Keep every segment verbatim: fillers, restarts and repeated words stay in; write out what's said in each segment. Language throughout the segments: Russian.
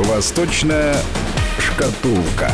Восточная шкатулка.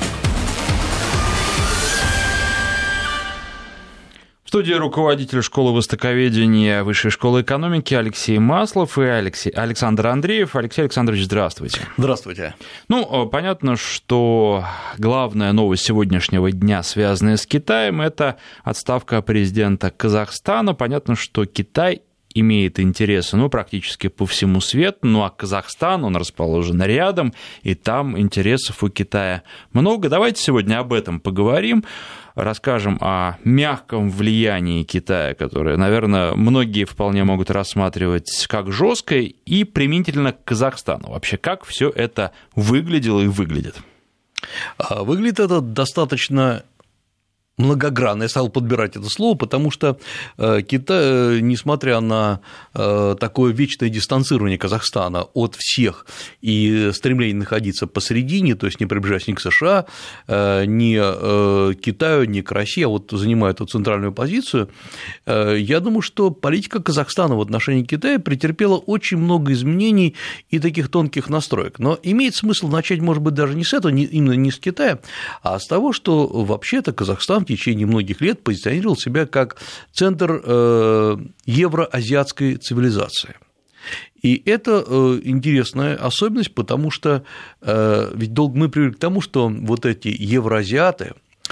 В студии руководитель школы востоковедения Высшей школы экономики Алексей Маслов и Алексей, Александр Андреев. Алексей Александрович, здравствуйте. Здравствуйте. Ну, понятно, что главная новость сегодняшнего дня, связанная с Китаем, это отставка президента Казахстана. Понятно, что Китай имеет интересы, ну, практически по всему свету, ну, а Казахстан, он расположен рядом, и там интересов у Китая много. Давайте сегодня об этом поговорим, расскажем о мягком влиянии Китая, которое, наверное, многие вполне могут рассматривать как жесткое, и применительно к Казахстану. Вообще, как все это выглядело и выглядит? Выглядит это достаточно многогранно, я стал подбирать это слово, потому что Китай, несмотря на такое вечное дистанцирование Казахстана от всех и стремление находиться посередине, то есть не приближаясь ни к США, ни к Китаю, ни к России, а вот занимает эту центральную позицию, я думаю, что политика Казахстана в отношении Китая претерпела очень много изменений и таких тонких настроек. Но имеет смысл начать, может быть, даже не с этого, именно не с Китая, а с того, что вообще-то Казахстан в течение многих лет позиционировал себя как центр евроазиатской цивилизации. И это интересная особенность, потому что ведь долго мы привыкли к тому, что вот эти евроазиаты,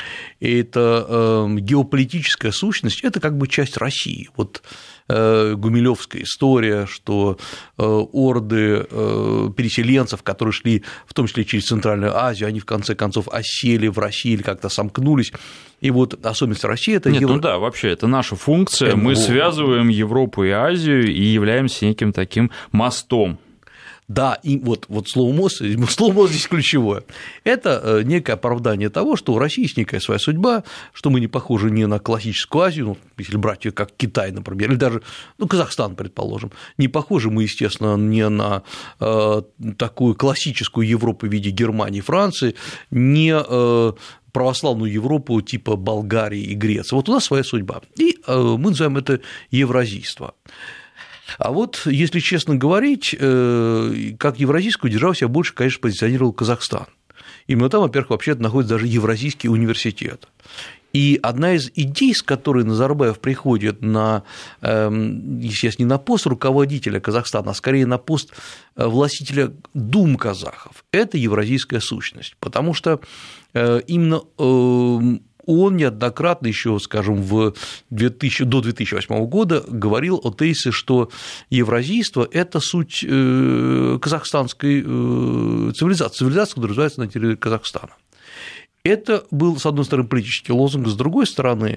это геополитическая сущность, это как бы часть России. Вот гумилевская история, что орды переселенцев, которые шли в том числе через Центральную Азию, они в конце концов осели в России или как-то сомкнулись. И вот особенность России – это… Нет, Евро... ну да, вообще, это наша функция, мы связываем Европу и Азию и являемся неким таким мостом. Да, и вот, вот слово «мост», слово «мост» здесь ключевое. Это некое оправдание того, что у России есть некая своя судьба, что мы не похожи ни на классическую Азию, ну, если брать ее как Китай, например, или даже ну, Казахстан, предположим. Не похожи мы, естественно, не на э, такую классическую Европу в виде Германии, Франции, не э, православную Европу типа Болгарии и Греции. Вот у нас своя судьба. И э, мы называем это евразийство. А вот, если честно говорить, как евразийскую державу себя больше, конечно, позиционировал Казахстан. Именно там, во-первых, вообще-то находится даже Евразийский университет. И одна из идей, с которой Назарбаев приходит на, естественно, не на пост руководителя Казахстана, а скорее на пост властителя дум казахов, это евразийская сущность, потому что именно он неоднократно еще, скажем, в две тысячи, до две тысячи восьмого года говорил о тезисе, что евразийство – это суть казахстанской цивилизации, цивилизации, которая развивается на территории Казахстана. Это был, с одной стороны, политический лозунг, с другой стороны,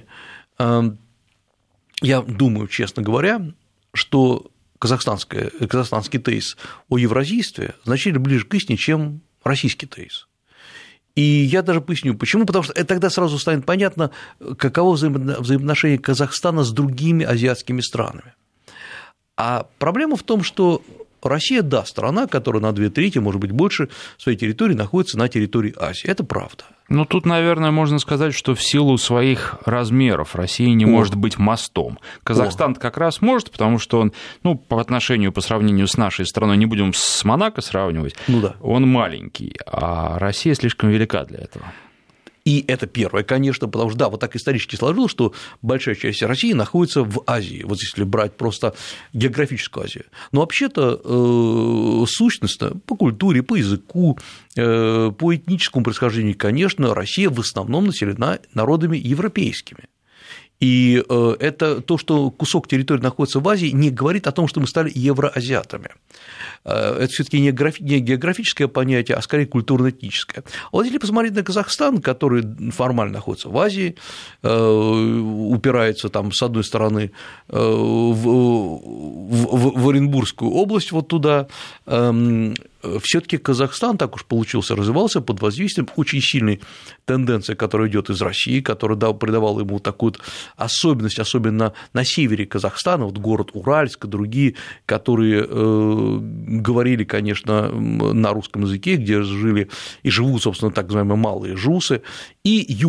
я думаю, честно говоря, что казахстанский тезис о евразийстве значительно ближе к истине, чем российский тезис. И я даже поясню, почему, потому что это тогда сразу станет понятно, каково взаимоотношение Казахстана с другими азиатскими странами. А проблема в том, что Россия, да, страна, которая на две трети, может быть, больше своей территории находится на территории Азии. Это правда. Ну, тут, наверное, можно сказать, что в силу своих размеров Россия не О. может быть мостом. Казахстан как раз может, потому что он, ну, по отношению, по сравнению с нашей страной, не будем с Монако сравнивать, ну, да. он маленький, а Россия слишком велика для этого. И это первое, конечно, потому что, да, вот так исторически сложилось, что большая часть России находится в Азии, вот если брать просто географическую Азию. Но вообще-то э, сущностно по культуре, по языку, э, по этническому происхождению, конечно, Россия в основном населена народами европейскими. И это то, что кусок территории находится в Азии, не говорит о том, что мы стали евроазиатами. Это всё-таки не географическое понятие, а скорее культурно-этническое. Вот если посмотреть на Казахстан, который формально находится в Азии, упирается там, с одной стороны, в, в, в Оренбургскую область, вот туда, все-таки Казахстан, так уж получился, развивался под воздействием очень сильной тенденции, которая идет из России, которая придавала ему такую особенность, особенно на севере Казахстана, вот город Уральск и другие, которые говорили, конечно, на русском языке, где жили и живут, собственно, так называемые малые жусы, и юг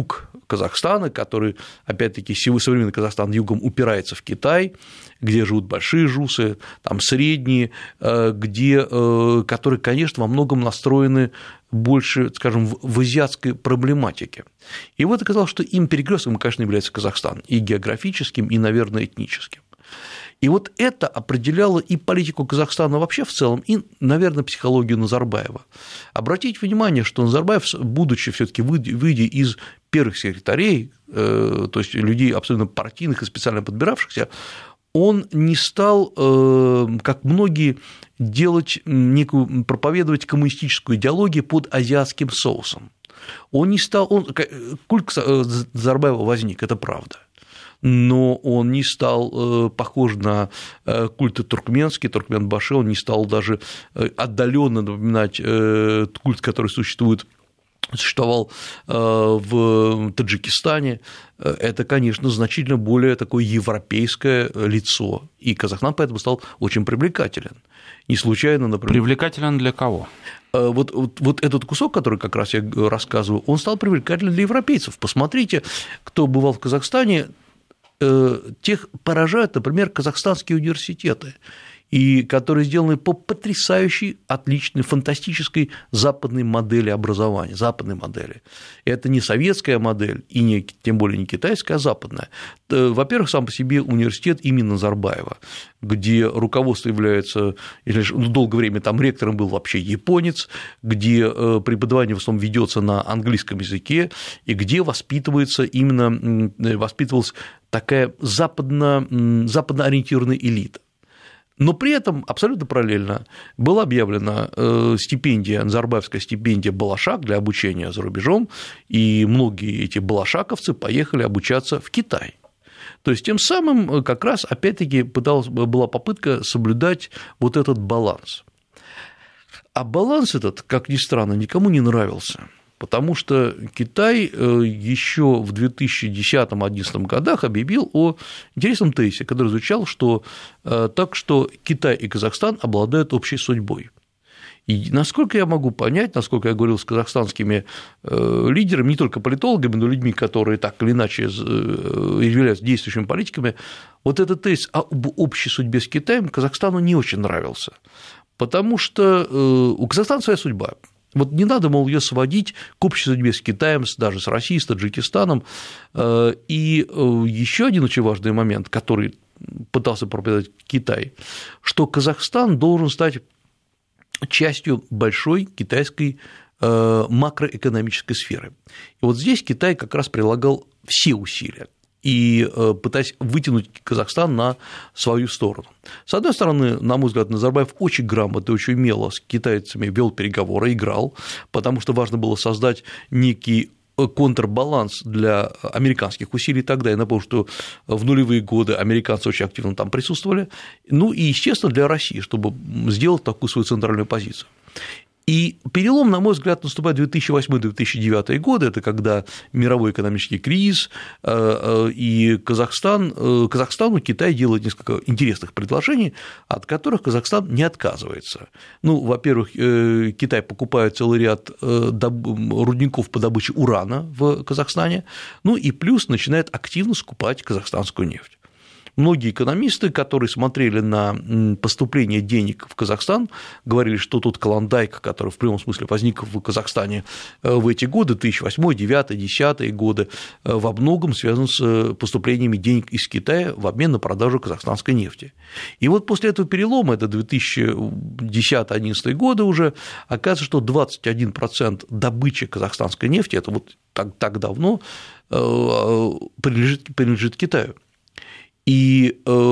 Казахстана, который, опять-таки, современный Казахстан югом упирается в Китай, где живут большие жусы, там средние, где, которые, конечно, во многом настроены больше, скажем, в азиатской проблематике. И вот оказалось, что им перекрёстком, конечно, является Казахстан, и географическим, и, наверное, этническим. И вот это определяло и политику Казахстана вообще в целом, и, наверное, психологию Назарбаева. Обратите внимание, что Назарбаев, будучи все-таки выйдя из первых секретарей, то есть людей абсолютно партийных и специально подбиравшихся, он не стал, как многие, делать некую, проповедовать коммунистическую идеологию под азиатским соусом. Он не стал, он, культ Назарбаева возник, это правда. Но он не стал похож на культы туркменский, Туркменбаши, он не стал даже отдаленно напоминать культ, который существует, существовал в Таджикистане. Это, конечно, значительно более такое европейское лицо, и Казахстан поэтому стал очень привлекателен. Не случайно, например… Привлекателен для кого? Вот, вот, вот этот кусок, который как раз я рассказываю, он стал привлекательным для европейцев. Посмотрите, кто бывал в Казахстане, тех поражают, например, казахстанские университеты, и которые сделаны по потрясающей, отличной, фантастической западной модели образования, западной модели. Это не советская модель, и не, тем более не китайская, а западная. Во-первых, сам по себе университет имени Назарбаева, где руководство является, или долгое время там ректором был вообще японец, где преподавание в основном ведется на английском языке, и где воспитывается именно, воспитывалась такая западно, западно ориентированная элита. Но при этом абсолютно параллельно была объявлена стипендия, назарбаевская стипендия «Балашак» для обучения за рубежом, и многие эти балашаковцы поехали обучаться в Китай. То есть тем самым как раз опять-таки пыталась, была попытка соблюдать вот этот баланс. А баланс этот, как ни странно, никому не нравился. Потому что Китай еще в две тысячи десятом — две тысячи одиннадцатом годах объявил о интересном тезисе, который звучал, что так что Китай и Казахстан обладают общей судьбой. И насколько я могу понять, насколько я говорил с казахстанскими лидерами, не только политологами, но людьми, которые так или иначе являются действующими политиками, вот этот тезис об общей судьбе с Китаем Казахстану не очень нравился, потому что у Казахстана своя судьба. Вот не надо, мол, ее сводить к общей судьбе с Китаем, даже с Россией, с Таджикистаном. И еще один очень важный момент, который пытался проповедовать Китай, что Казахстан должен стать частью большой китайской макроэкономической сферы. И вот здесь Китай как раз прилагал все усилия, и пытаясь вытянуть Казахстан на свою сторону. С одной стороны, на мой взгляд, Назарбаев очень грамотно, очень умело с китайцами вел переговоры, играл, потому что важно было создать некий контрбаланс для американских усилий тогда. Я напомню, что в нулевые годы американцы очень активно там присутствовали, ну и, естественно, для России, чтобы сделать такую свою центральную позицию. И перелом, на мой взгляд, наступает в две тысячи восьмой — две тысячи девятый годы, это когда мировой экономический кризис, и Казахстан, Казахстану Китай делает несколько интересных предложений, от которых Казахстан не отказывается. Ну, во-первых, Китай покупает целый ряд рудников по добыче урана в Казахстане, ну и плюс начинает активно скупать казахстанскую нефть. Многие экономисты, которые смотрели на поступление денег в Казахстан, говорили, что тут клондайк, который в прямом смысле возник в Казахстане в эти годы, две тысячи восьмой, две тысячи девятый, две тысячи десятый годы, во многом связан с поступлениями денег из Китая в обмен на продажу казахстанской нефти. И вот после этого перелома, это две тысячи десятый — две тысячи одиннадцатый годы уже, оказывается, что двадцать один процент добычи казахстанской нефти, это вот так, так давно, принадлежит, принадлежит Китаю. И э,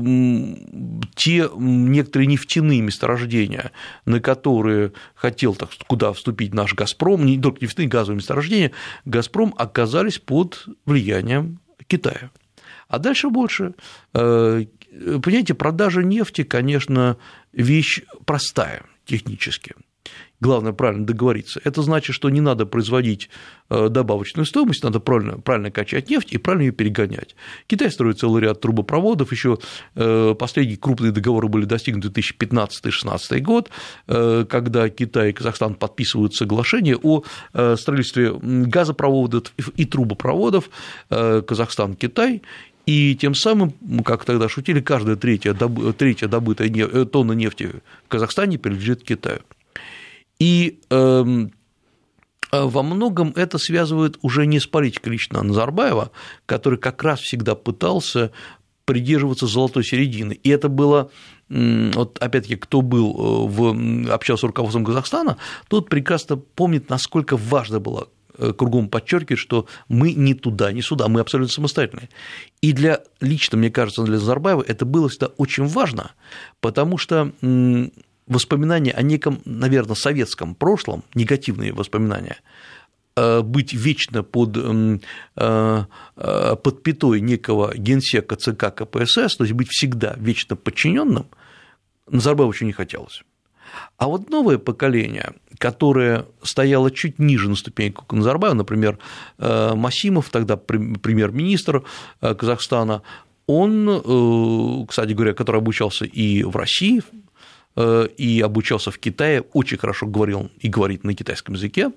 те некоторые нефтяные месторождения, на которые хотел, так, куда вступить наш «Газпром», не только нефтяные, газовые месторождения, «Газпром» оказались под влиянием Китая. А дальше больше. Понимаете, продажа нефти, конечно, вещь простая технически. главное правильно договориться, это значит, что не надо производить добавочную стоимость, надо правильно, правильно качать нефть и правильно ее перегонять. Китай строит целый ряд трубопроводов, еще последние крупные договоры были достигнуты в две тысячи пятнадцатый — две тысячи шестнадцатый год, когда Китай и Казахстан подписывают соглашение о строительстве газопроводов и трубопроводов Казахстан-Китай. И тем самым, как тогда шутили, каждая третья, третья добытая нефть, тонна нефти в Казахстане принадлежит Китаю. И э, во многом это связывает уже не с политикой лично Назарбаева, который как раз всегда пытался придерживаться золотой середины. И это было, вот опять-таки, кто был, в, общался с руководством Казахстана, тот прекрасно помнит, насколько важно было кругом подчеркивает, что мы не туда, не сюда, мы абсолютно самостоятельные. И для, лично, мне кажется, для Назарбаева это было всегда очень важно, потому что воспоминания о неком, наверное, советском прошлом, негативные воспоминания, быть вечно под, под пятой некого генсека ЦК КПСС, то есть быть всегда вечно подчиненным, Назарбаеву очень не хотелось. А вот новое поколение, которое стояло чуть ниже на ступеньку Назарбаева, например, Масимов, тогда премьер-министр Казахстана, он, кстати говоря, который обучался и в России, и обучался в Китае, очень хорошо говорил и говорит на китайском языке,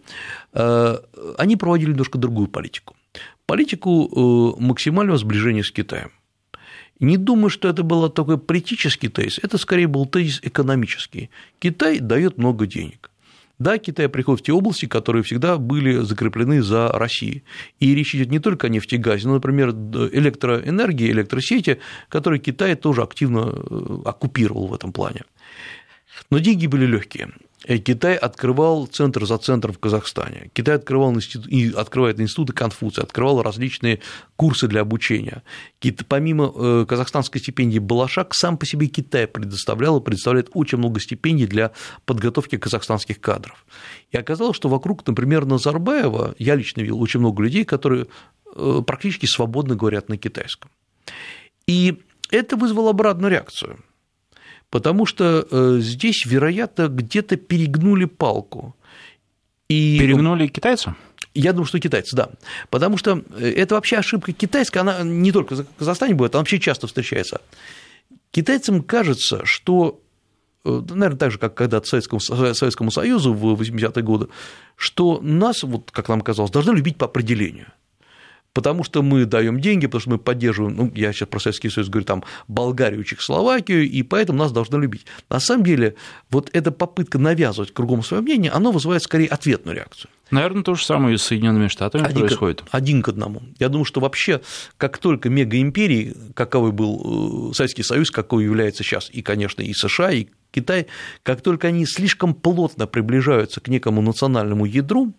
они проводили немножко другую политику. Политику максимального сближения с Китаем. Не думаю, что это был такой политический тезис, это скорее был тезис экономический. Китай дает много денег. Да, Китай приходит в те области, которые всегда были закреплены за Россией. И речь идет не только о нефти и газе, но, например, электроэнергии, электросети, которые Китай тоже активно оккупировал в этом плане. Но деньги были легкие. Китай открывал центр за центром в Казахстане, Китай открывал институт, и открывает институты Конфуция, открывал различные курсы для обучения. Помимо казахстанской стипендии «Балашак», сам по себе Китай предоставлял и предоставляет очень много стипендий для подготовки казахстанских кадров. И оказалось, что вокруг, например, Назарбаева, я лично видел очень много людей, которые практически свободно говорят на китайском. И это вызвало обратную реакцию. Потому что здесь, вероятно, где-то перегнули палку. И... Перегнули китайцу? Я думаю, что китайцы, да. Потому что это вообще ошибка китайская, она не только в Казахстане бывает, она вообще часто встречается. Китайцам кажется, что, наверное, так же, как когда-то Советскому, Советскому Союзу в восьмидесятые годы, что нас, вот, как нам казалось, должны любить по определению. Потому что мы даем деньги, потому что мы поддерживаем, ну, я сейчас про Советский Союз говорю, там, Болгарию, Чехословакию, и поэтому нас должны любить. На самом деле, вот эта попытка навязывать кругом свое мнение, она вызывает скорее ответную реакцию. Наверное, то же самое и с Соединенными Штатами один происходит. К, один к одному. Я думаю, что вообще, как только мегаимперии, каковой был Советский Союз, какой является сейчас, и, конечно, и США, и Китай, как только они слишком плотно приближаются к некому национальному ядру,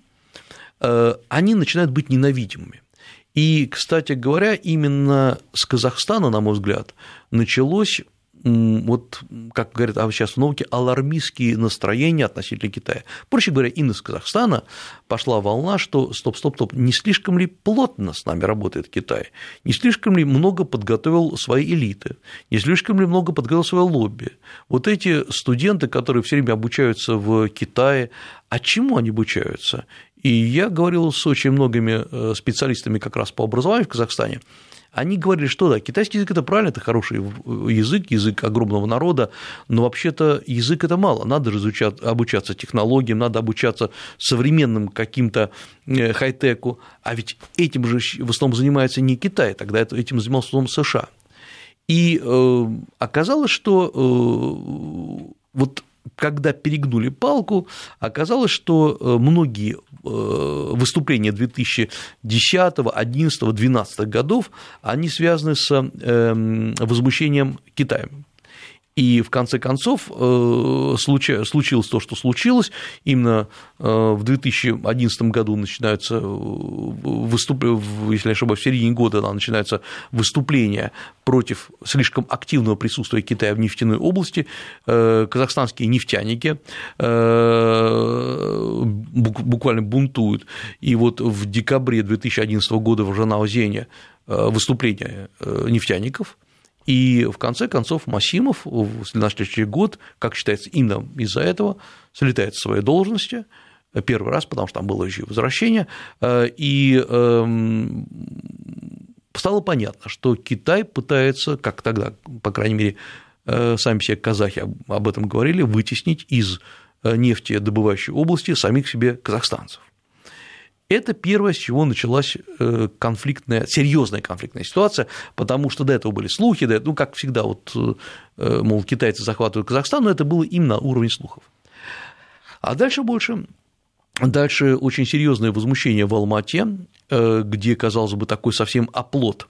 они начинают быть ненавидимыми. И, кстати говоря, именно с Казахстана, на мой взгляд, началось, вот, как говорят а сейчас в науке, алармистские настроения относительно Китая. Проще говоря, именно с Казахстана пошла волна, что стоп-стоп-стоп, не слишком ли плотно с нами работает Китай, не слишком ли много подготовил свои элиты, не слишком ли много подготовил свое лобби. Вот эти студенты, которые все время обучаются в Китае, а чему они обучаются? И я говорил с очень многими специалистами как раз по образованию в Казахстане, они говорили, что да, китайский язык – это правильно, это хороший язык, язык огромного народа, но вообще-то язык – это мало, надо же изучать, обучаться технологиям, надо обучаться современным каким-то хай-теку, а ведь этим же в основном занимается не Китай, тогда этим занимался в основном США. И оказалось, что вот когда перегнули палку, оказалось, что многие выступления две тысячи десятого, одиннадцатого, двенадцатого годов, они связаны с возмущением Китаем. И в конце концов случилось то, что случилось. Именно в две тысячи одиннадцатом году начинаются выступления, если не ошибаюсь, в середине года начинаются выступления против слишком активного присутствия Китая в нефтяной области. Казахстанские нефтяники буквально бунтуют. И вот в декабре две тысячи одиннадцатого года в Жанаозене выступление нефтяников. И в конце концов Масимов на следующий год, как считается, именно из-за этого слетает с своей должности, первый раз, потому что там было еще возвращение, и стало понятно, что Китай пытается, как тогда, по крайней мере, сами себе казахи об этом говорили, вытеснить из нефтедобывающей области самих себе казахстанцев. Это первое, с чего началась конфликтная, серьезная конфликтная ситуация, потому что до этого были слухи, ну, как всегда, вот, мол, китайцы захватывают Казахстан, но это было именно на уровне слухов. А дальше больше, дальше очень серьезное возмущение в Алма-Ате, где, казалось бы, такой совсем оплот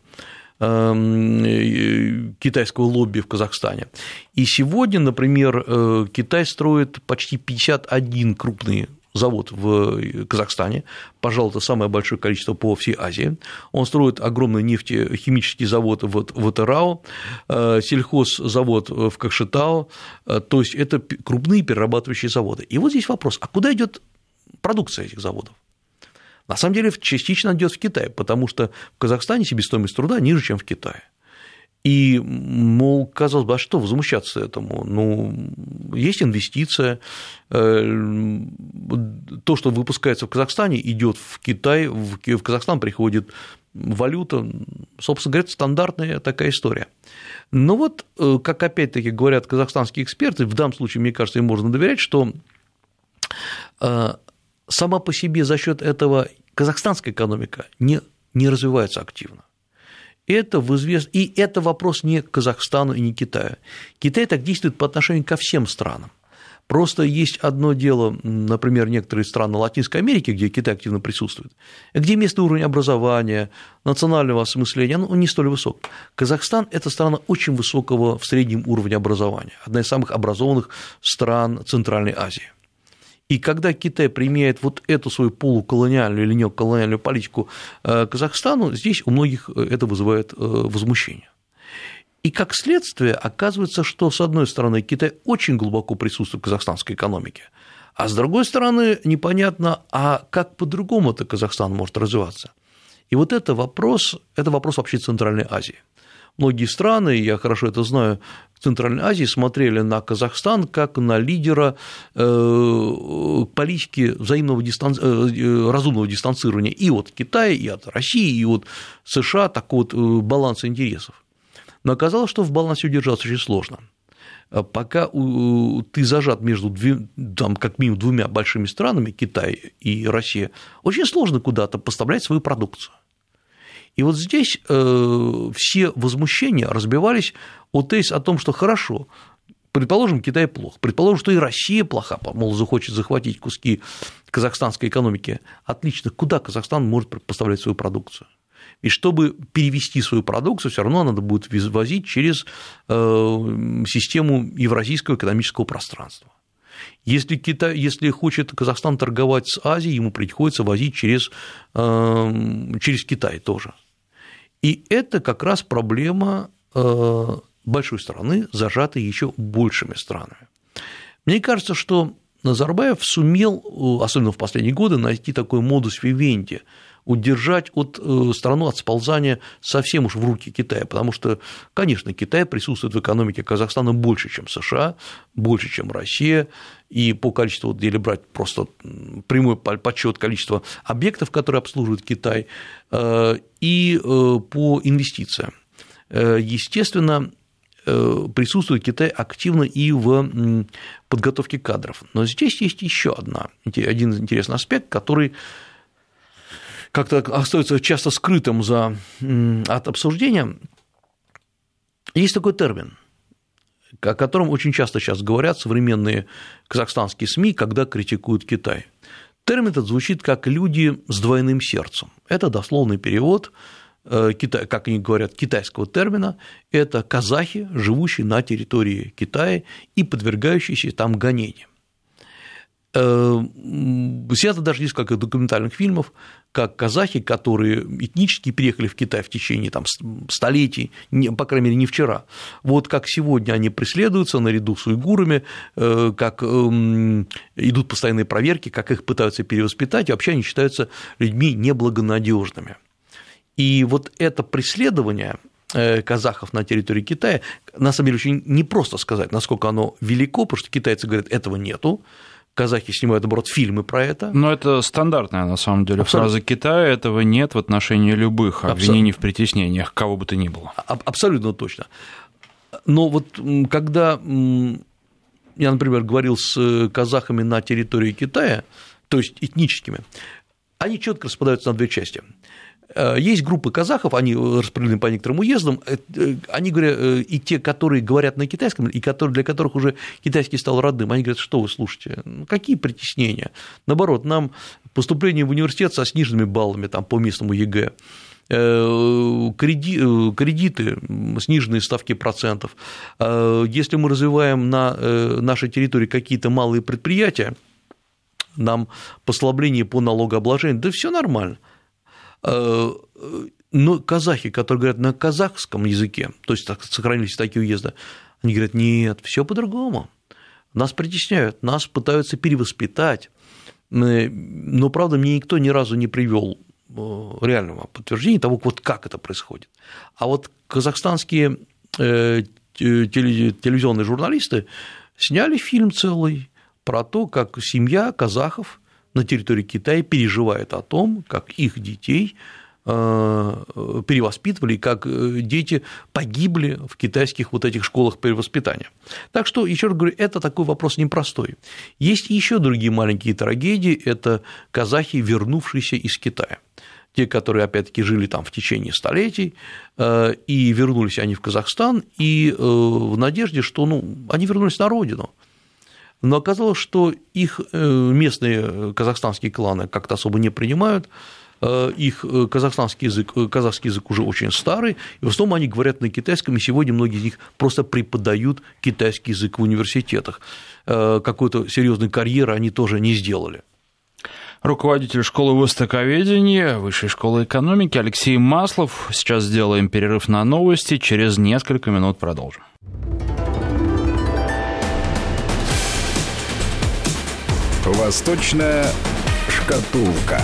китайского лобби в Казахстане. И сегодня, например, Китай строит почти пятьдесят один крупный завод в Казахстане, пожалуй, это самое большое количество по всей Азии. Он строит огромный нефтехимический завод в Атырау, сельхоззавод в Кокшетау, то есть это крупные перерабатывающие заводы. И вот здесь вопрос, а куда идет продукция этих заводов? На самом деле, частично идет в Китай, потому что в Казахстане себестоимость труда ниже, чем в Китае. И, мол, казалось бы, а что возмущаться этому? Ну, есть инвестиция, то, что выпускается в Казахстане, идет в Китай, в Казахстан приходит валюта, собственно говоря, стандартная такая история. Но вот, как опять-таки говорят казахстанские эксперты, в данном случае, мне кажется, им можно доверять, что сама по себе за счет этого казахстанская экономика не, не развивается активно. Это в извест... И это вопрос не к Казахстану и не к Китаю. Китай так действует по отношению ко всем странам. Просто есть одно дело, например, некоторые страны Латинской Америки, где Китай активно присутствует, где местный уровень образования, национального осмысления, он не столь высок. Казахстан – это страна очень высокого в среднем уровня образования, одна из самых образованных стран Центральной Азии. И когда Китай применяет вот эту свою полуколониальную или неоколониальную политику к Казахстану, здесь у многих это вызывает возмущение. И как следствие оказывается, что, с одной стороны, Китай очень глубоко присутствует в казахстанской экономике, а с другой стороны, непонятно, а как по-другому это Казахстан может развиваться. И вот это вопрос, это вопрос вообще Центральной Азии. Многие страны, я хорошо это знаю, в Центральной Азии смотрели на Казахстан как на лидера политики взаимного дистанци... разумного дистанцирования и от Китая, и от России, и от США, такого вот баланса интересов. Но оказалось, что в балансе удержаться очень сложно. Пока ты зажат между там, как минимум двумя большими странами, Китай и Россия, очень сложно куда-то поставлять свою продукцию. И вот здесь э, все возмущения разбивались о тезис о том, что хорошо, предположим, Китай плох, предположим, что и Россия плоха, мол, захочет захватить куски казахстанской экономики, отлично, куда Казахстан может поставлять свою продукцию? И чтобы перевести свою продукцию, все равно надо будет возить через э, систему евразийского экономического пространства. Если, Китай, если хочет Казахстан торговать с Азией, ему приходится возить через, э, через Китай тоже. И это как раз проблема э, большой страны, зажатой еще большими странами. Мне кажется, что Назарбаев сумел, особенно в последние годы, найти такой модус вивенди, удержать от, страну от сползания совсем уж в руки Китая, потому что, конечно, Китай присутствует в экономике Казахстана больше, чем США, больше, чем Россия, и по количеству, вот, если брать просто прямой подсчет количества объектов, которые обслуживает Китай, и по инвестициям. Естественно, присутствует Китай активно и в подготовке кадров. Но здесь есть еще одна, один интересный аспект, который как-то остается часто скрытым за, от обсуждения. Есть такой термин, о котором очень часто сейчас говорят современные казахстанские СМИ, когда критикуют Китай. Термин этот звучит как «люди с двойным сердцем». Это дословный перевод, как они говорят, китайского термина, это казахи, живущие на территории Китая и подвергающиеся там гонениям. Снято даже несколько документальных фильмов, как казахи, которые этнически переехали в Китай в течение там, столетий, по крайней мере, не вчера, вот как сегодня они преследуются наряду с уйгурами, как идут постоянные проверки, как их пытаются перевоспитать, и вообще они считаются людьми неблагонадежными. И вот это преследование казахов на территории Китая, на самом деле очень непросто сказать, насколько оно велико, потому что китайцы говорят, этого нету, казахи снимают, наоборот, фильмы про это. Но это стандартная, на самом деле, абсолютно. Фраза Китая, этого нет в отношении любых обвинений абсолютно. В притеснениях, кого бы то ни было. Абсолютно точно. Но вот когда я, например, говорил с казахами на территории Китая, то есть этническими, они четко распадаются на две части. Есть группы казахов, они распределены по некоторым уездам, они говорят, и те, которые говорят на китайском, и которые, для которых уже китайский стал родным, они говорят, что вы слушаете, какие притеснения, наоборот, нам поступление в университет со сниженными баллами там, по местному ЕГЭ, кредиты, сниженные ставки процентов, если мы развиваем на нашей территории какие-то малые предприятия, нам послабление по налогообложению, да все нормально. Но казахи, которые говорят на казахском языке, то есть сохранились такие уезды, они говорят, нет, все по-другому, нас притесняют, нас пытаются перевоспитать, но, правда, мне никто ни разу не привел реального подтверждения того, вот как это происходит. А вот казахстанские телевизионные журналисты сняли фильм целый про то, как семья казахов на территории Китая переживает о том, как их детей перевоспитывали, как дети погибли в китайских вот этих школах перевоспитания. Так что, еще раз говорю, это такой вопрос непростой. Есть еще другие маленькие трагедии, это казахи, вернувшиеся из Китая. Те, которые, опять-таки, жили там в течение столетий, и вернулись они в Казахстан, и в надежде, что ну, они вернулись на родину. Но оказалось, что их местные казахстанские кланы как-то особо не принимают, их казахстанский язык, казахский язык уже очень старый, и в основном они говорят на китайском, и сегодня многие из них просто преподают китайский язык в университетах. Какой-то серьезной карьеры они тоже не сделали. Руководитель школы востоковедения Высшей школы экономики Алексей Маслов. Сейчас сделаем перерыв на новости, через несколько минут продолжим. Восточная шкатулка.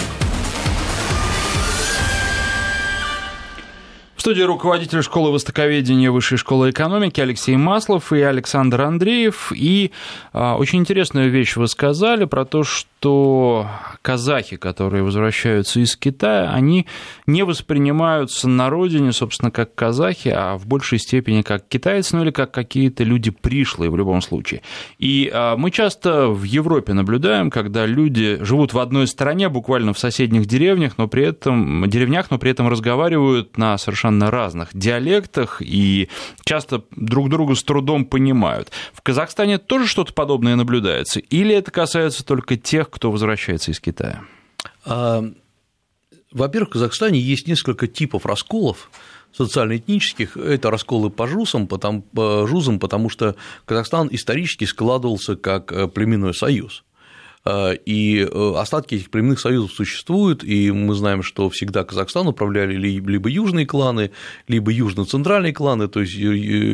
В студии руководитель школы востоковедения Высшей школы экономики Алексей Маслов и Александр Андреев. И а, очень интересную вещь вы сказали про то, что казахи, которые возвращаются из Китая, они не воспринимаются на родине, собственно, как казахи, а в большей степени как китайцы, ну или как какие-то люди пришлые в любом случае. И а, мы часто в Европе наблюдаем, когда люди живут в одной стране, буквально в соседних деревнях, но при этом, деревнях, но при этом разговаривают на совершенно на разных диалектах и часто друг друга с трудом понимают. В Казахстане тоже что-то подобное наблюдается? Или это касается только тех, кто возвращается из Китая? Во-первых, в Казахстане есть несколько типов расколов социально-этнических. Это расколы по жусам, потому, по жузам, потому что Казахстан исторически складывался как племенной союз. И остатки этих племенных союзов существуют, и мы знаем, что всегда Казахстан управляли либо южные кланы, либо южно-центральные кланы, то есть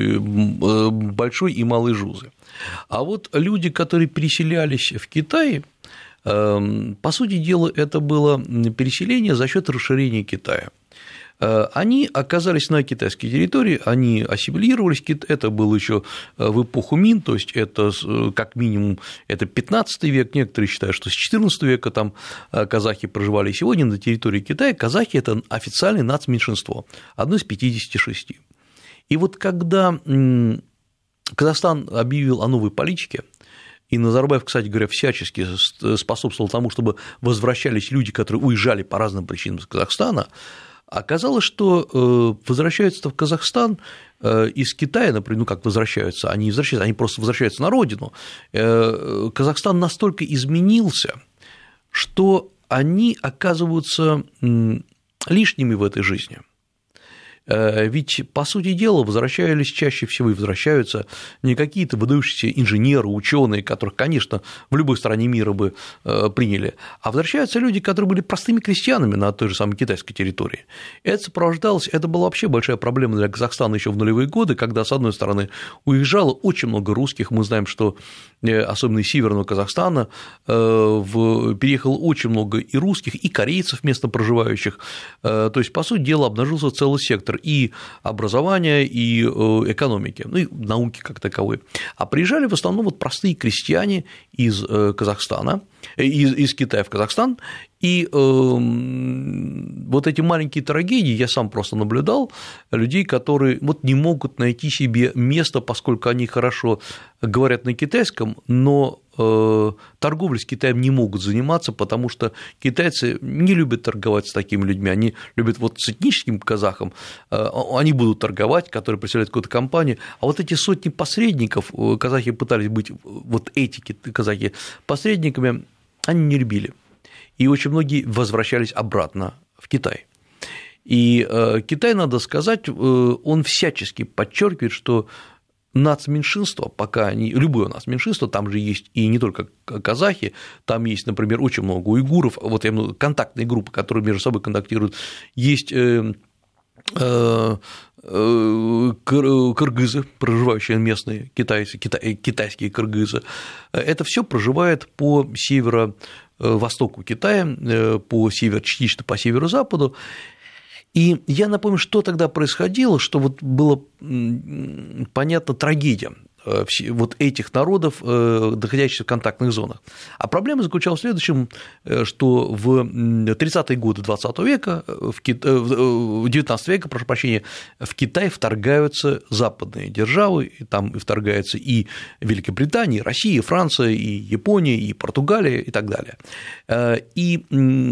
большой и малый жузы. А вот люди, которые переселялись в Китай, по сути дела, это было переселение за счет расширения Китая. Они оказались на китайской территории, они ассимилировались, это было еще в эпоху Мин, то есть это как минимум это пятнадцатый век, некоторые считают, что с четырнадцатого века там казахи проживали, и сегодня на территории Китая казахи – это официальное нацменьшинство, одно из пятидесяти шести. И вот когда Казахстан объявил о новой политике, и Назарбаев, кстати говоря, всячески способствовал тому, чтобы возвращались люди, которые уезжали по разным причинам из Казахстана, оказалось, что возвращаются в Казахстан из Китая, например, ну как возвращаются, они не возвращаются, они просто возвращаются на родину. Казахстан настолько изменился, что они оказываются лишними в этой жизни. Ведь, по сути дела, возвращались чаще всего и возвращаются не какие-то выдающиеся инженеры, ученые, которых, конечно, в любой стране мира бы приняли, а возвращаются люди, которые были простыми крестьянами на той же самой китайской территории. Это сопровождалось, это была вообще большая проблема для Казахстана еще в нулевые годы, когда, с одной стороны, уезжало очень много русских, мы знаем, что особенно из северного Казахстана переехало очень много и русских, и корейцев местно проживающих, то есть, по сути дела, обнажился целый сектор спектр и образования, и экономики, ну и науки как таковой. А приезжали в основном вот простые крестьяне из Казахстана, из, из Китая в Казахстан, и э, вот эти маленькие трагедии я сам просто наблюдал, людей, которые вот не могут найти себе место, поскольку они хорошо говорят на китайском, но э, торговлей с Китаем не могут заниматься, потому что китайцы не любят торговать с такими людьми, они любят вот с этническим казахом, э, они будут торговать, которые представляют какую-то компанию, а вот эти сотни посредников, казахи пытались быть, вот эти казахи посредниками, они не любили. И очень многие возвращались обратно в Китай. И Китай, надо сказать, он всячески подчеркивает, что нацменьшинство, пока они, любое нацменьшинство, там же есть и не только казахи, там есть, например, очень много уйгуров, вот я имею в виду контактные группы, которые между собой контактируют, есть кыргызы, проживающие местные китайцы, китайские кыргызы, это все проживает по северо-востоку Китая, по северо, частично по северо-западу. И я напомню, что тогда происходило, что вот была понятна трагедия вот этих народов, находящихся в контактных зонах. А проблема заключалась в следующем, что в тридцатые годы двадцатого века, в девятнадцатого века, прошу прощения, в Китай вторгаются западные державы, и там и вторгается и Великобритания, и Россия, и Франция, и Япония, и Португалия, и так далее. И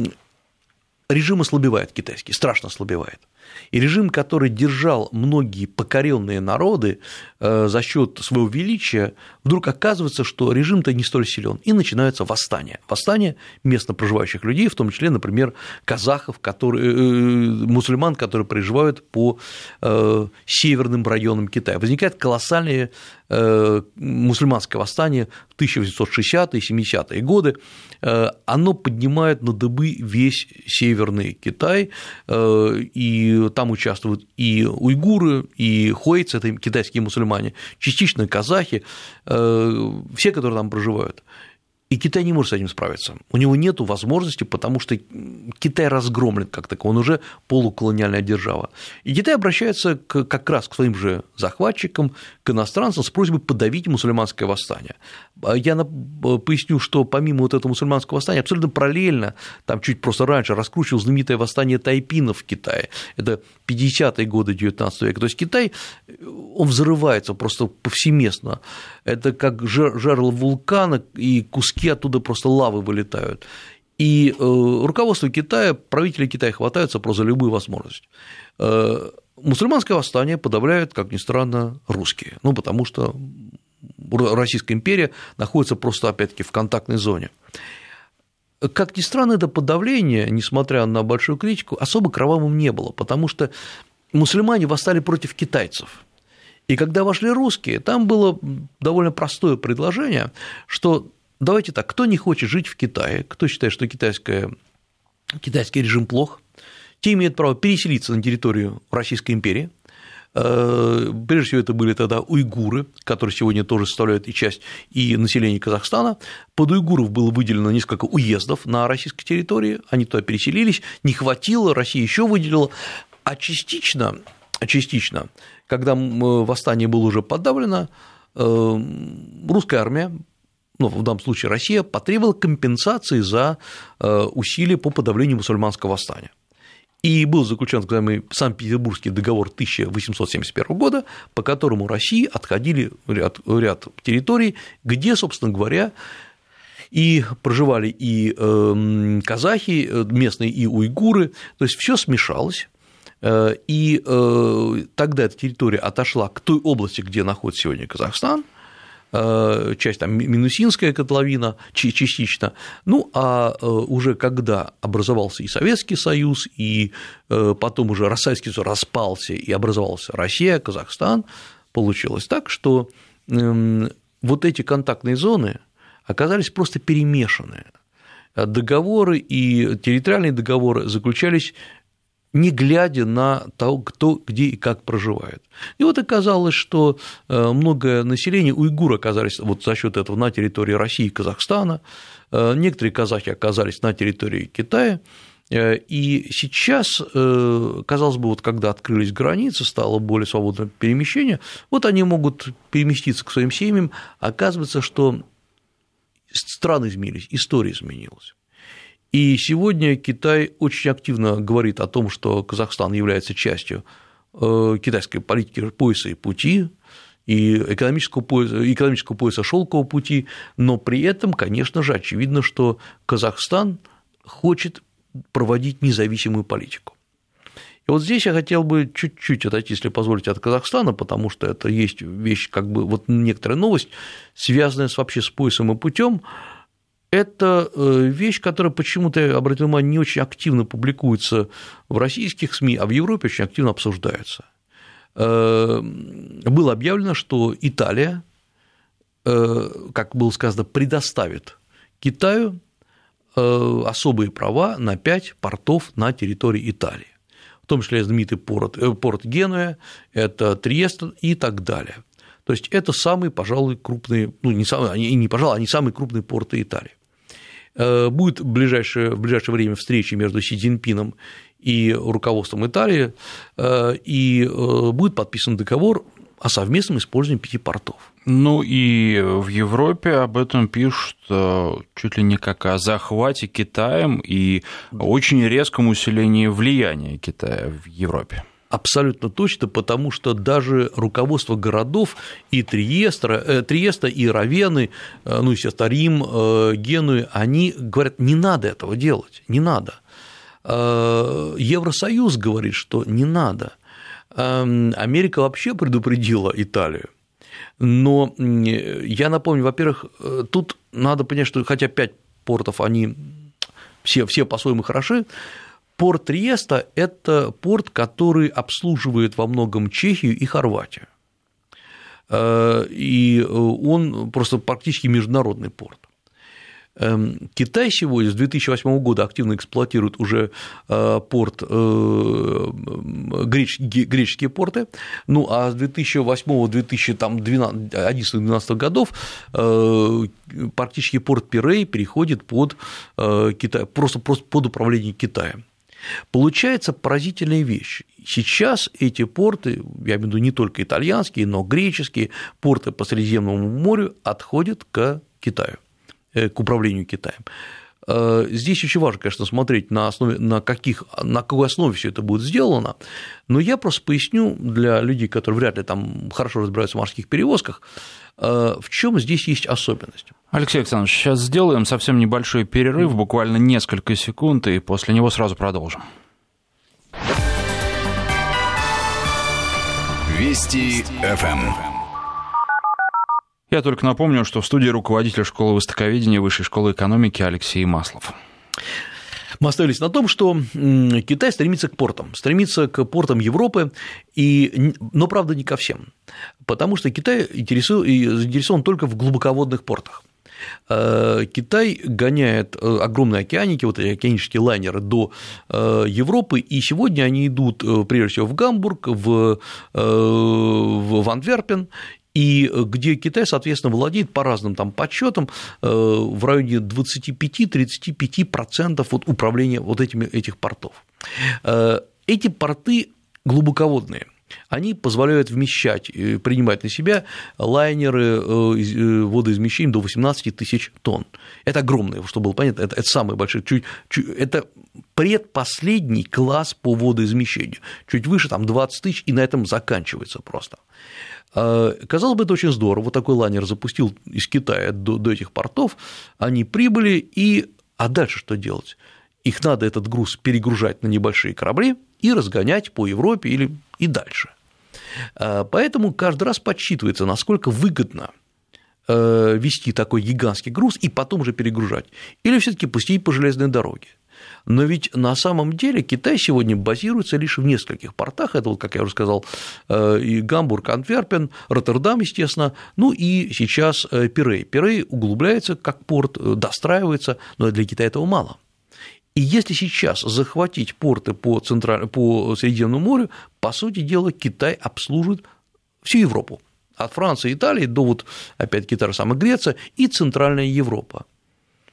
режим ослабевает китайский, страшно ослабевает. И режим, который держал многие покоренные народы за счет своего величия, вдруг оказывается, что режим-то не столь силен, и начинаются восстания. Восстания местно проживающих людей, в том числе, например, казахов, которые, мусульман, которые проживают по северным районам Китая. Возникает колоссальное мусульманское восстание в тысяча восемьсот шестидесятые и семидесятые годы. Оно поднимает на дыбы весь северный Китай, и там участвуют и уйгуры, и хуэйцы, это китайские мусульмане, частично казахи, все, которые там проживают. И Китай не может с этим справиться. У него нет возможности, потому что Китай разгромлен как таковой, он уже полуколониальная держава. И Китай обращается к, как раз к своим же захватчикам, к иностранцам с просьбой подавить мусульманское восстание. Я поясню, что помимо вот этого мусульманского восстания, абсолютно параллельно, там чуть просто раньше раскручивал знаменитое восстание тайпинов в Китае. Это пятидесятые годы девятнадцатого века. То есть Китай, он взрывается просто повсеместно. Это как жерло вулкана, и куски оттуда просто лавы вылетают. И руководство Китая, правители Китая хватаются просто за любую возможность. Мусульманское восстание подавляют, как ни странно, русские, ну, потому что Российская империя находится просто, опять-таки, в контактной зоне. Как ни странно, это подавление, несмотря на большую критику, особо кровавым не было, потому что мусульмане восстали против китайцев. И когда вошли русские, там было довольно простое предложение, что давайте так, кто не хочет жить в Китае, кто считает, что китайское, китайский режим плох, те имеют право переселиться на территорию Российской империи. Прежде всего, это были тогда уйгуры, которые сегодня тоже составляют и часть и населения Казахстана. Под уйгуров было выделено несколько уездов на российской территории, они туда переселились, не хватило, Россия еще выделила, а частично, частично, когда восстание было уже подавлено, русская армия, ну, в данном случае Россия, потребовала компенсации за усилия по подавлению мусульманского восстания. И был заключен так называемый Санкт-Петербургский договор тысяча восемьсот семьдесят первого года, по которому России отходили ряд, ряд территорий, где, собственно говоря, и проживали и казахи, местные, и уйгуры, то есть все смешалось. И тогда эта территория отошла к той области, где находится сегодня Казахстан, часть там Минусинская котловина частично, ну, а уже когда образовался и Советский Союз, и потом уже Советский Союз распался, и образовался Россия, Казахстан, получилось так, что вот эти контактные зоны оказались просто перемешаны. Договоры и территориальные договоры заключались не глядя на то, кто где и как проживает. И вот оказалось, что многое население уйгуры оказались вот за счет этого на территории России и Казахстана, некоторые казахи оказались на территории Китая, И сейчас, казалось бы, вот когда открылись границы, стало более свободное перемещение, вот они могут переместиться к своим семьям, оказывается, что страны изменились, история изменилась. И сегодня Китай очень активно говорит о том, что Казахстан является частью китайской политики пояса и пути, и экономического пояса, экономического пояса шелкового пути, но при этом, конечно же, очевидно, что Казахстан хочет проводить независимую политику. И вот здесь я хотел бы чуть-чуть отойти, если позволите, от Казахстана, потому что это есть вещь, как бы вот некоторая новость, связанная с, вообще с поясом и путем. Это вещь, которая почему-то, я обратил внимание, не очень активно публикуется в российских СМИ, а в Европе очень активно обсуждается. Было объявлено, что Италия, как было сказано, предоставит Китаю особые права на пять портов на территории Италии, в том числе знаменитый порт, порт Генуя, это Триест и так далее. То есть это самые, пожалуй, крупные, ну не самые, не пожалуй, они самые крупные порты Италии. Будет в ближайшее, в ближайшее время встреча между Си Цзиньпином и руководством Италии, и будет подписан договор о совместном использовании пяти портов. Ну и в Европе об этом пишут чуть ли не как о захвате Китаем и очень резком усилении влияния Китая в Европе. Абсолютно точно, потому что даже руководство городов и Триеста, э, Триеста и Равенны, э, ну, естественно, Рим, э, Генуи, они говорят, не надо этого делать, не надо. Э, Евросоюз говорит, что не надо. Э, Америка вообще предупредила Италию. Но я напомню, во-первых, тут надо понять, что хотя пять портов, они все, все по-своему хороши, порт Триеста – это порт, который обслуживает во многом Чехию и Хорватию, и он просто практически международный порт. Китай сегодня с две тысячи восьмого года активно эксплуатирует уже порт, греческие порты, ну а с две тысячи восьмого — две тысячи одиннадцатого годов практически порт Пирей переходит под Китай, просто, просто под управление Китаем. Получается поразительная вещь. Сейчас эти порты, я имею в виду не только итальянские, но греческие порты по Средиземному морю отходят к Китаю, к управлению Китаем. Здесь очень важно, конечно, смотреть, на, основе, на, каких, на какой основе все это будет сделано, но я просто поясню для людей, которые вряд ли там хорошо разбираются в морских перевозках, в чем здесь есть особенность. Алексей Александрович, сейчас сделаем совсем небольшой перерыв, буквально несколько секунд, и после него сразу продолжим. Вести эф эм. Я только напомню, что в студии руководитель школы востоковедения Высшей школы экономики Алексей Маслов. Мы остановились на том, что Китай стремится к портам, стремится к портам Европы, и, но, правда, не ко всем, потому что Китай заинтересован только в глубоководных портах. Китай гоняет огромные океаники, вот эти океанические лайнеры до Европы, и сегодня они идут, прежде всего, в Гамбург, в, в Антверпен, и где Китай, соответственно, владеет по разным там подсчетам в районе двадцать пять - тридцать пять процентов вот управления вот этими, этих портов. Эти порты глубоководные, они позволяют вмещать, принимать на себя лайнеры водоизмещением до восемнадцать тысяч тонн. Это огромное, чтобы было понятно, это, это самый большой, чуть, чуть, это предпоследний класс по водоизмещению, чуть выше, там двадцать тысяч, и на этом заканчивается просто. Казалось бы, это очень здорово, вот такой лайнер запустил из Китая до, до этих портов, они прибыли, и... а дальше что делать? Их надо, этот груз, перегружать на небольшие корабли и разгонять по Европе или и дальше. Поэтому каждый раз подсчитывается, насколько выгодно вести такой гигантский груз и потом же перегружать, или все-таки пустить по железной дороге. Но ведь на самом деле Китай сегодня базируется лишь в нескольких портах, это, вот, как я уже сказал, и Гамбург, Антверпен, Роттердам, естественно, ну и сейчас Пирей. Пирей углубляется как порт, достраивается, но для Китая этого мало. И если сейчас захватить порты по, Централь... по Средиземному морю, по сути дела, Китай обслуживает всю Европу, от Франции и Италии до, вот, опять-таки, та же самая Греция и Центральная Европа.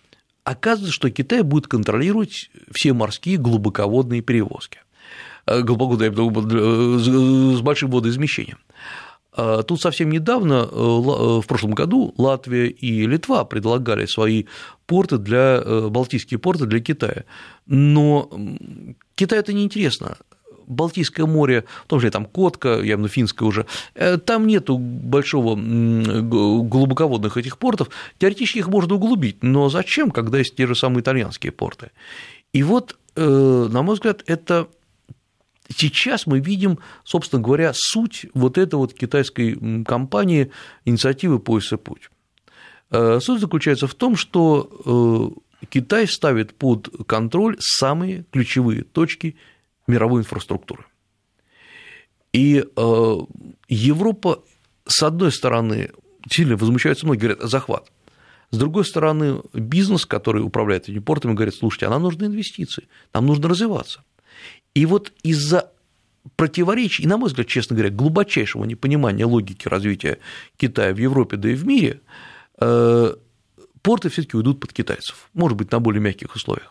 оказывается, что Китай будет контролировать все морские глубоководные перевозки, глубоководные с большим водоизмещением. Тут совсем недавно, в прошлом году, Латвия и Литва предлагали свои порты для, балтийские порты для Китая, но Китаю это неинтересно. Балтийское море, в том числе там Котка, явно финское уже, там нету большого глубоководных этих портов, теоретически их можно углубить, но зачем, когда есть те же самые итальянские порты? И вот, на мой взгляд, это сейчас мы видим, собственно говоря, суть вот этой вот китайской кампании инициативы «Пояс и путь». Суть заключается в том, что Китай ставит под контроль самые ключевые точки мировой инфраструктуры. И Европа, с одной стороны, сильно возмущается, многие говорят, захват. С другой стороны, бизнес, который управляет этими портами, говорит, слушайте, а нам нужны инвестиции, нам нужно развиваться. И вот из-за противоречий, и, на мой взгляд, честно говоря, глубочайшего непонимания логики развития Китая в Европе, да и в мире, порты все-таки уйдут под китайцев, может быть, на более мягких условиях.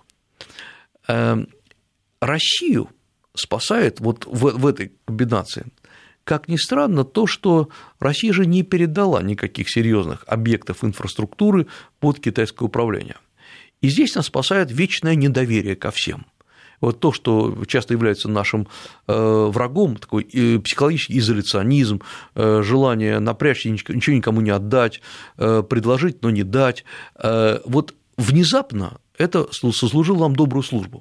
Россию спасает вот в, в этой комбинации, как ни странно, то, что Россия же не передала никаких серьезных объектов инфраструктуры под китайское управление. И здесь нас спасает вечное недоверие ко всем. Вот то, что часто является нашим врагом, такой психологический изоляционизм, желание напрячься, ничего никому не отдать, предложить, но не дать, вот внезапно это сослужило нам добрую службу.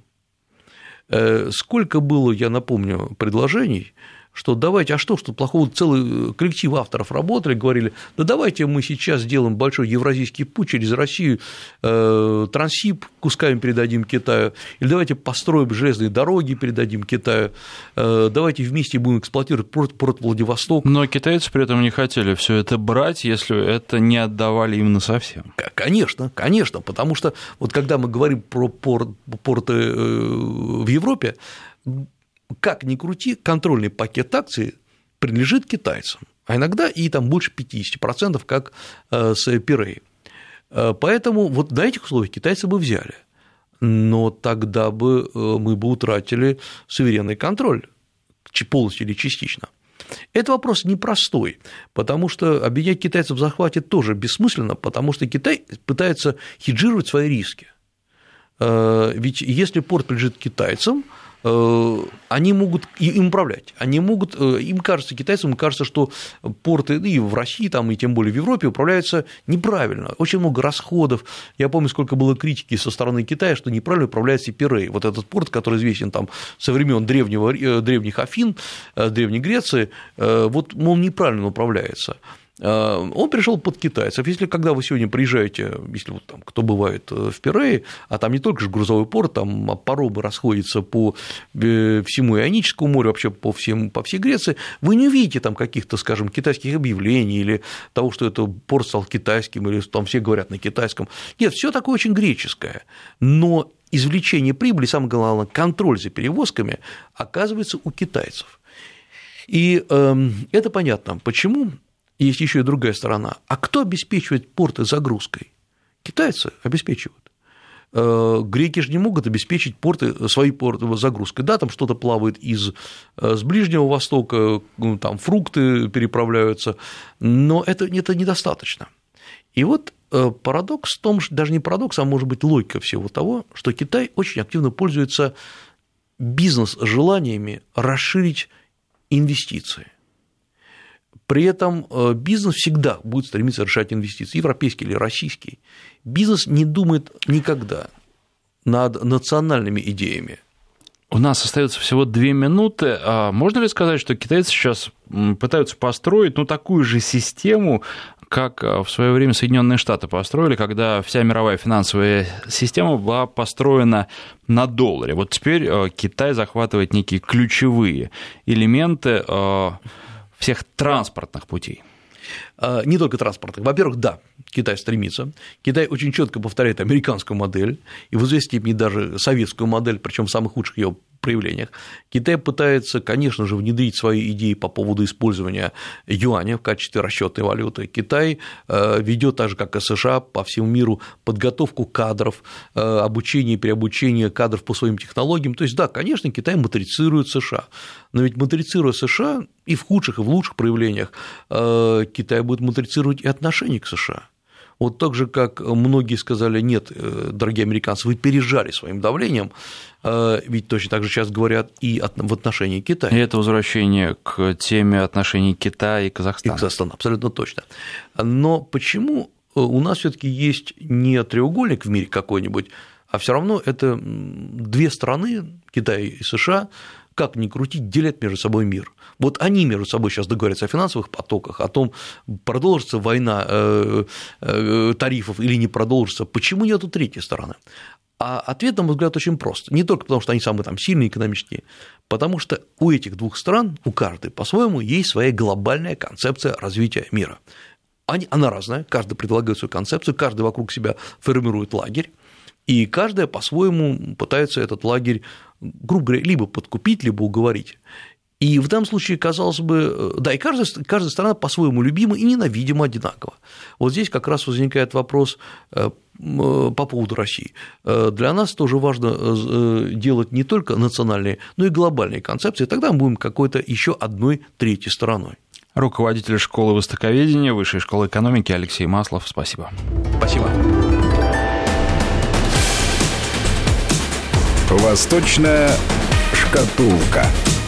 Сколько было, я напомню, предложений, что давайте, а что, что плохого, целый коллектив авторов работали, говорили, да давайте мы сейчас сделаем большой евразийский путь через Россию, э, Транссиб кусками передадим Китаю, или давайте построим железные дороги, передадим Китаю, э, давайте вместе будем эксплуатировать порт, порт Владивосток. Но китайцы при этом не хотели все это брать, если это не отдавали им насовсем. Конечно, конечно, потому что вот когда мы говорим про порт, порты в Европе, как ни крути, контрольный пакет акций принадлежит китайцам, а иногда и там больше пятьдесят процентов, как с Пирей. Поэтому вот на этих условиях китайцы бы взяли, но тогда бы мы бы утратили суверенный контроль, полностью или частично. Это вопрос непростой, потому что обвинять китайцев в захвате тоже бессмысленно, потому что Китай пытается хеджировать свои риски. Ведь если порт принадлежит китайцам, они могут им управлять, они могут, им кажется, китайцам кажется, что порты и в России, там, и тем более в Европе управляются неправильно, очень много расходов. Я помню, сколько было критики со стороны Китая, что неправильно управляется Пирей, вот этот порт, который известен там со времен древнего, древних Афин, Древней Греции, вот, мол, неправильно управляется. Он пришел под китайцев. Если когда вы сегодня приезжаете, если вот там кто бывает в Пирее, а там не только же грузовой порт, там паромы расходятся по всему Ионическому морю, вообще по, всем, по всей Греции, вы не увидите там каких-то, скажем, китайских объявлений или того, что это порт стал китайским, или там все говорят на китайском. Нет, все такое очень греческое, но извлечение прибыли, самое главное, контроль за перевозками оказывается у китайцев. И э, это понятно, почему. Есть еще и другая сторона. А кто обеспечивает порты загрузкой? Китайцы обеспечивают. Греки же не могут обеспечить порты, свои порты загрузкой. Да, там что-то плавает из, с Ближнего Востока, там фрукты переправляются, но это, это недостаточно. И вот парадокс в том, что даже не парадокс, а может быть логика всего того, что Китай очень активно пользуется бизнес-желаниями расширить инвестиции. При этом бизнес всегда будет стремиться решать инвестиции, европейский или российский. Бизнес не думает никогда над национальными идеями. У нас остается всего две минуты. Можно ли сказать, что китайцы сейчас пытаются построить ну, такую же систему, как в свое время Соединенные Штаты построили, когда вся мировая финансовая система была построена на долларе? Вот теперь Китай захватывает некие ключевые элементы всех транспортных путей. Не только транспортных. Во-первых, да, Китай стремится. Китай очень четко повторяет американскую модель, и в известной степени даже советскую модель, причем в самых худших ее проявлениях. Китай пытается, конечно же, внедрить свои идеи по поводу использования юаня в качестве расчетной валюты. Китай ведет, так же как и США, по всему миру подготовку кадров, обучение и переобучение кадров по своим технологиям. То есть, да, конечно, Китай матрицирует США, но ведь матрицируя США и в худших, и в лучших проявлениях, Китай будет матрицировать и отношение к США. Вот так же, как многие сказали, нет, дорогие американцы, вы пережали своим давлением, ведь точно так же сейчас говорят и в отношении Китая. И это возвращение к теме отношений Китая и Казахстана. И Казахстана, абсолютно точно. Но почему у нас все таки есть не треугольник в мире какой-нибудь, а все равно это две страны, Китай и США, как ни крути, делят между собой мир. Вот они между собой сейчас договорятся о финансовых потоках, о том, продолжится война тарифов или не продолжится. Почему нету третьей стороны? А ответ, на мой взгляд, очень прост. Не только потому, что они самые там сильные экономические, потому что у этих двух стран, у каждой по-своему, есть своя глобальная концепция развития мира. Она разная, каждый предлагает свою концепцию, каждый вокруг себя формирует лагерь, и каждая по-своему пытается этот лагерь, грубо говоря, либо подкупить, либо уговорить. И в данном случае, казалось бы, да, и каждая, каждая страна по-своему любима и ненавидима одинаково. Вот здесь как раз возникает вопрос по поводу России. Для нас тоже важно делать не только национальные, но и глобальные концепции, тогда мы будем какой-то еще одной третьей стороной. Руководитель школы востоковедения Высшей школы экономики Алексей Маслов, спасибо. Спасибо. Восточная шкатулка.